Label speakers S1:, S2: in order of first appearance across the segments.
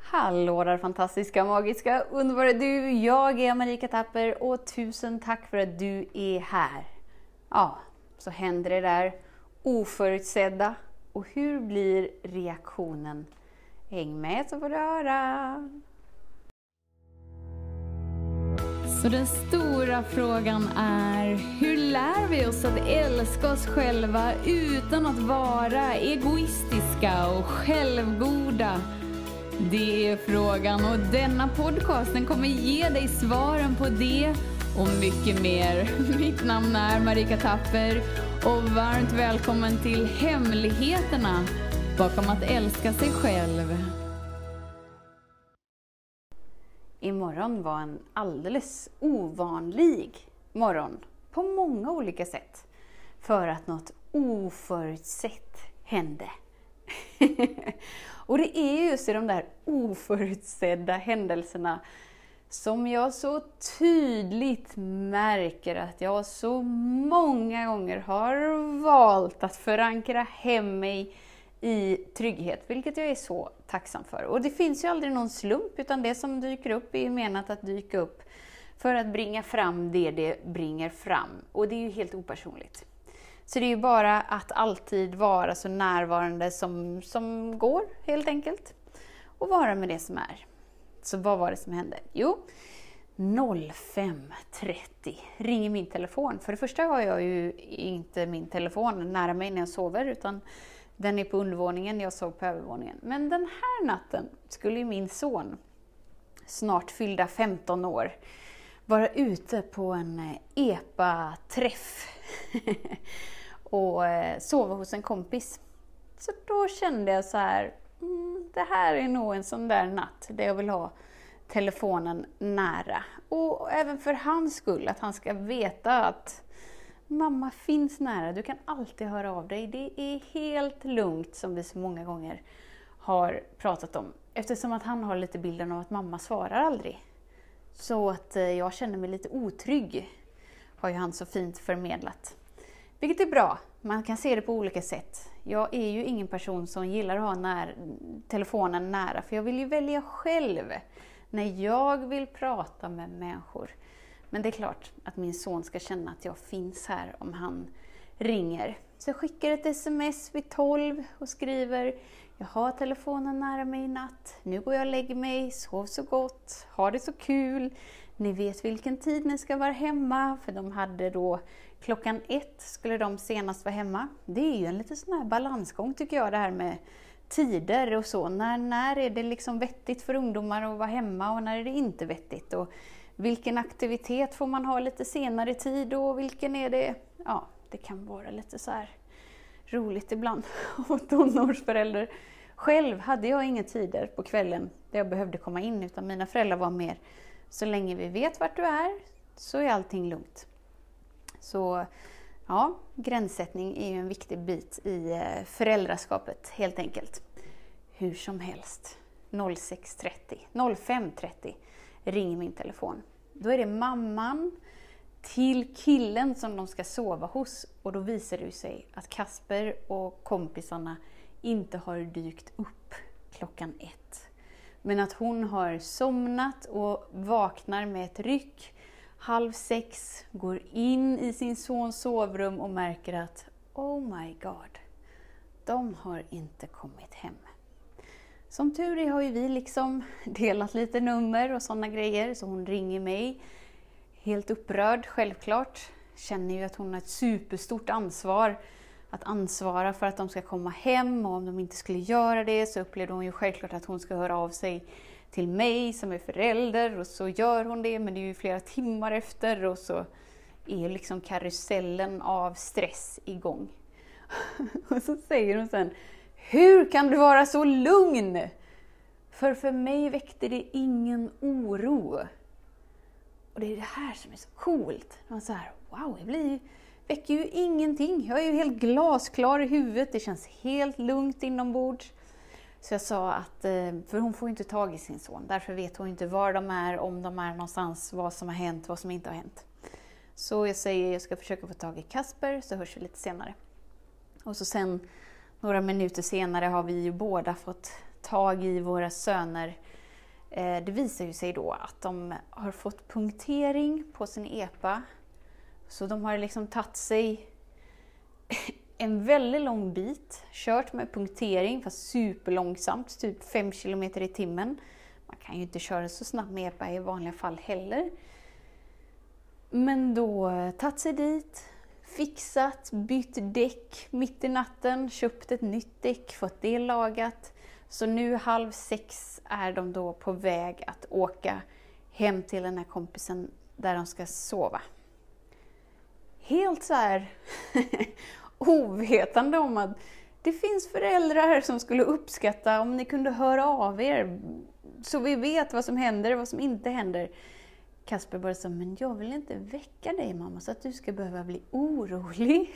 S1: Hallå där fantastiska, magiska, underbara du! Jag är Marika Tapper och tusen tack för att du är här. Ja, så händer det där oförutsedda. Och hur blir reaktionen? Häng med så får du höra! Så den stora frågan är, hur lär vi oss att älska oss själva utan att vara egoistiska och självgoda? Det är frågan och denna podcasten kommer ge dig svaren på det och mycket mer. Mitt namn är Marika Tapper och varmt välkommen till hemligheterna bakom att älska sig själv. Imorgon var en alldeles ovanlig morgon på många olika sätt. För att något oförutsett hände. Och det är just i de där oförutsedda händelserna som jag så tydligt märker att jag så många gånger har valt att förankra hem mig i trygghet, vilket jag är så tacksam för. Och det finns ju aldrig någon slump, utan det som dyker upp är menat att dyka upp för att bringa fram det bringar fram. Och det är ju helt opersonligt. Så det är ju bara att alltid vara så närvarande som går, helt enkelt. Och vara med det som är. Så vad var det som hände? Jo, 05.30 ringer min telefon. För det första har jag ju inte min telefon nära mig när jag sover, utan den är på undervåningen, jag sov på övervåningen. Men den här natten skulle ju min son, snart fyllda 15 år, vara ute på en EPA-träff och sova hos en kompis. Så då kände jag så här, det här är nog en sån där natt där jag vill ha telefonen nära. Och även för hans skull, att han ska veta att mamma finns nära, du kan alltid höra av dig. Det är helt lugnt, som vi så många gånger har pratat om. Eftersom att han har lite bilden av att mamma svarar aldrig. Så att jag känner mig lite otrygg, har ju han så fint förmedlat. Vilket är bra, man kan se det på olika sätt. Jag är ju ingen person som gillar att ha telefonen nära, för jag vill ju välja själv när jag vill prata med människor. Men det är klart att min son ska känna att jag finns här om han ringer. Så jag skickar ett sms vid 12 och skriver: jag har telefonen nära mig i natt. Nu går jag och lägger mig, sov så gott, ha det så kul. Ni vet vilken tid ni ska vara hemma. För de hade då klockan 1 skulle de senast vara hemma. Det är ju en lite sån här balansgång tycker jag, det här med tider och så. När är det liksom vettigt för ungdomar att vara hemma och när är det inte vettigt? Och vilken aktivitet får man ha lite senare tid och vilken är det? Ja, det kan vara lite så här roligt ibland. Och tonårsförälder. Själv hade jag inga tider på kvällen där jag behövde komma in, utan mina föräldrar var mer: så länge vi vet vart du är så är allting lugnt. Så ja, gränssättning är ju en viktig bit i föräldraskapet helt enkelt. Hur som helst, 05.30 ringer min telefon. Då är det mamman till killen som de ska sova hos. Och då visar det sig att Kasper och kompisarna inte har dykt upp klockan 1. Men att hon har somnat och vaknar med ett ryck 5:30, går in i sin sons sovrum och märker att oh my god, de har inte kommit hem. Som tur är har ju vi liksom delat lite nummer och sådana grejer, så hon ringer mig helt upprörd, självklart. Känner ju att hon har ett superstort ansvar att ansvara för att de ska komma hem, och om de inte skulle göra det så upplevde hon ju självklart att hon ska höra av sig till mig som är förälder, och så gör hon det, men det är ju flera timmar efter och så är liksom karusellen av stress igång. Och så säger hon sen: hur kan du vara så lugn? För mig väckte det ingen oro. Och det är det här som är så coolt. Man så här, wow, väcker ju ingenting. Jag är ju helt glasklar i huvudet. Det känns helt lugnt inombords. Så jag sa att, för hon får inte tag i sin son. Därför vet hon inte var de är, om de är någonstans, vad som har hänt, vad som inte har hänt. Så jag säger, jag ska försöka få tag i Kasper, så hörs vi lite senare. Och så sen, några minuter senare, har vi ju båda fått tag i våra söner Det visar ju sig då att de har fått punktering på sin epa. Så de har liksom tagit sig en väldigt lång bit, kört med punktering fast superlångsamt, typ 5 km i timmen. Man kan ju inte köra så snabbt med epa i vanliga fall heller. Men då tagit sig dit, fixat, bytt däck mitt i natten, köpt ett nytt däck, fått det lagat. Så nu 5:30 är de då på väg att åka hem till den här kompisen där de ska sova. Helt så här ovetande om att det finns föräldrar som skulle uppskatta om ni kunde höra av er så vi vet vad som händer och vad som inte händer. Kasper bara sa, men jag vill inte väcka dig mamma så att du ska behöva bli orolig.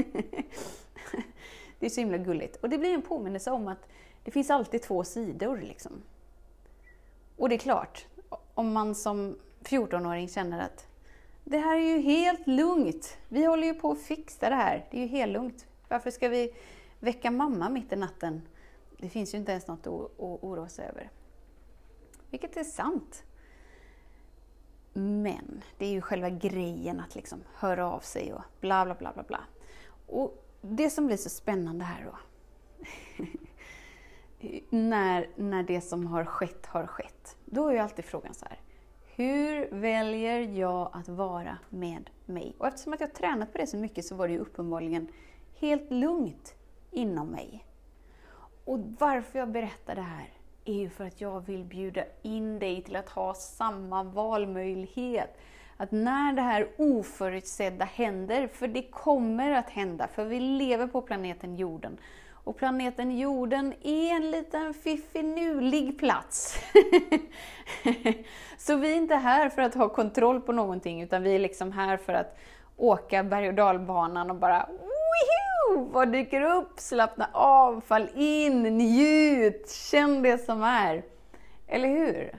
S1: Det är så himla gulligt. Och det blir en påminnelse om att det finns alltid 2 sidor liksom. Och det är klart, om man som 14-åring känner att det här är ju helt lugnt. Vi håller ju på att fixa det här. Det är ju helt lugnt. Varför ska vi väcka mamma mitt i natten? Det finns ju inte ens något att oroa sig över. Vilket är sant. Men det är ju själva grejen att liksom höra av sig och bla bla bla bla bla. Och det som blir så spännande här då. när det som har skett. Då är ju alltid frågan så här. Hur väljer jag att vara med mig? Och eftersom att jag tränat på det så mycket så var det ju uppenbarligen helt lugnt inom mig. Och varför jag berättar det här är ju för att jag vill bjuda in dig till att ha samma valmöjlighet. Att när det här oförutsedda händer, för det kommer att hända, för vi lever på planeten jorden. Och planeten jorden är en liten fiffinulig plats. Så vi är inte här för att ha kontroll på någonting, utan vi är liksom här för att åka berg- och dalbanan och bara vad dyker upp, slappna av, fall in, njut, känn det som är. Eller hur?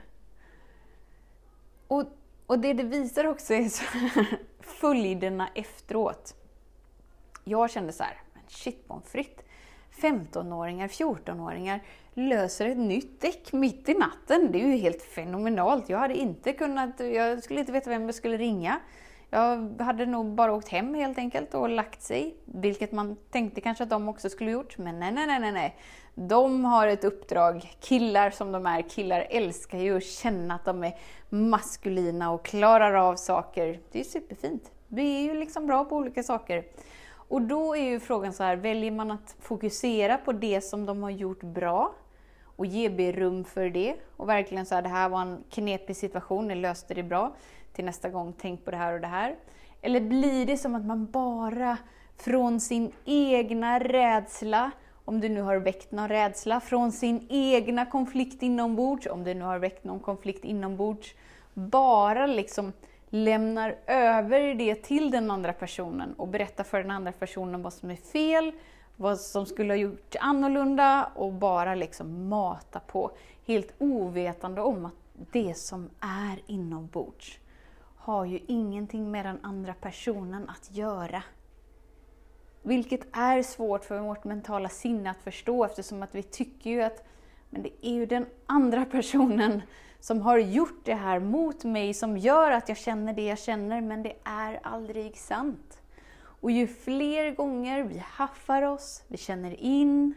S1: Och det visar också är så här, följderna efteråt. Jag kände så här, men shit pommes frites. 15-åringar, 14-åringar löser ett nytt däck mitt i natten. Det är ju helt fenomenalt. Jag skulle inte veta vem jag skulle ringa. Jag hade nog bara åkt hem helt enkelt och lagt sig. Vilket man tänkte kanske att de också skulle gjort. Men nej. De har ett uppdrag. Killar som de är. Killar älskar ju att känna att de är maskulina och klarar av saker. Det är superfint. Vi är ju liksom bra på olika saker. Och då är ju frågan så här, väljer man att fokusera på det som de har gjort bra och ge beröm för det och verkligen så här, det här var en knepig situation, ni löste det bra, till nästa gång tänk på det här och det här. Eller blir det som att man bara från sin egna rädsla, om du nu har väckt någon rädsla, från sin egna konflikt inombords, om du nu har väckt någon konflikt inombords, bara liksom lämnar över det till den andra personen och berättar för den andra personen vad som är fel, vad som skulle ha gjort annorlunda och bara liksom mata på helt ovetande om att det som är inombords har ju ingenting med den andra personen att göra. Vilket är svårt för vårt mentala sinne att förstå eftersom att vi tycker ju att men det är ju den andra personen som har gjort det här mot mig som gör att jag känner det jag känner, men det är aldrig sant. Och ju fler gånger vi haffar oss, vi känner in,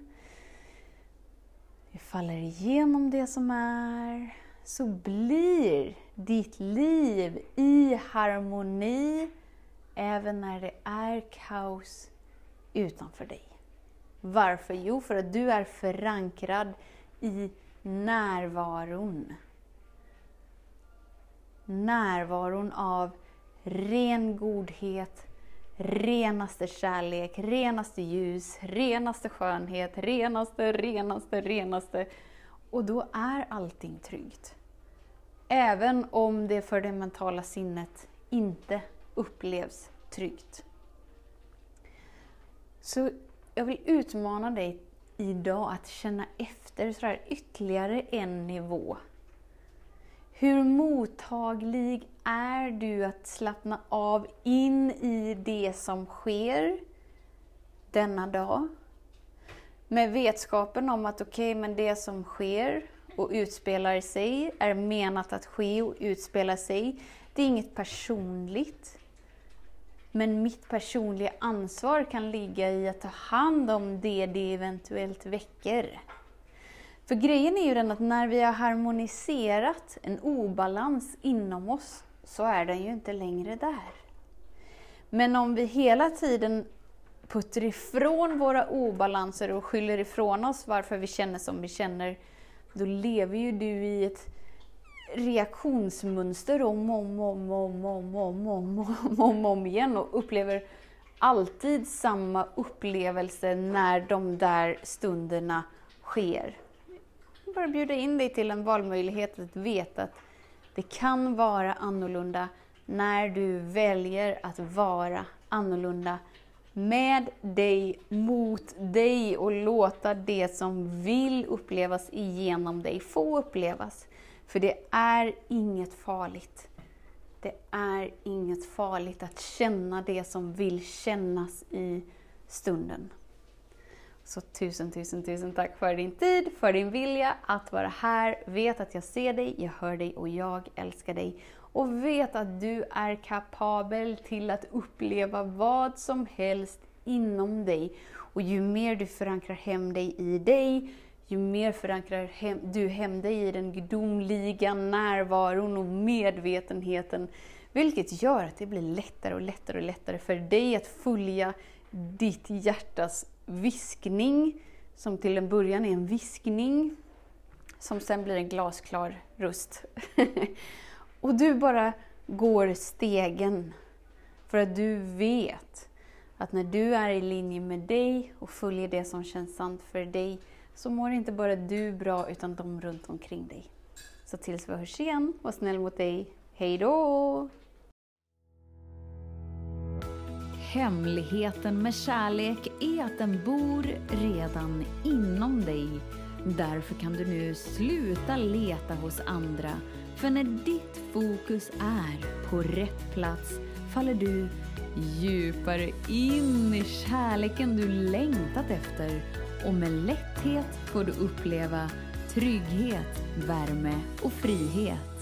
S1: vi faller igenom det som är, så blir ditt liv i harmoni även när det är kaos utanför dig. Varför? Jo, för att du är förankrad i närvaron. Närvaron av ren godhet, renaste kärlek, renaste ljus, renaste skönhet, renaste. Och då är allting tryggt. Även om det för det mentala sinnet inte upplevs tryggt. Så jag vill utmana dig idag att känna efter så här ytterligare en nivå. Hur mottaglig är du att slappna av in i det som sker denna dag? Med vetskapen om att okej, men det som sker och utspelar sig, är menat att ske och utspela sig. Det är inget personligt. Men mitt personliga ansvar kan ligga i att ta hand om det eventuellt väcker. För grejen är ju den att när vi har harmoniserat en obalans inom oss så är den ju inte längre där. Men om vi hela tiden puttar ifrån våra obalanser och skyller ifrån oss varför vi känner som vi känner, då lever ju du i ett reaktionsmönster om igen och upplever alltid samma upplevelse när de där stunderna sker. Jag bara bjuda in dig till en valmöjlighet att veta att det kan vara annorlunda när du väljer att vara annorlunda med dig, mot dig och låta det som vill upplevas igenom dig få upplevas. För det är inget farligt. Det är inget farligt att känna det som vill kännas i stunden. Så tusen tack för din tid, för din vilja att vara här. Vet att jag ser dig, jag hör dig och jag älskar dig. Och vet att du är kapabel till att uppleva vad som helst inom dig. Och ju mer du förankrar hem dig i dig, ju mer förankrar du hem dig i den gudomliga närvaron och medvetenheten. Vilket gör att det blir lättare och lättare och lättare för dig att följa ditt hjärtas viskning. Som till en början är en viskning. Som sen blir en glasklar röst. Och du bara går stegen. För att du vet att när du är i linje med dig och följer det som känns sant för dig, så mår inte bara du bra utan de runt omkring dig. Så tills vi hörs igen, var snäll mot dig. Hej då!
S2: Hemligheten med kärlek är att den bor redan inom dig. Därför kan du nu sluta leta hos andra. För när ditt fokus är på rätt plats faller du djupare in i kärleken du längtat efter. Och med lätthet får du uppleva trygghet, värme och frihet.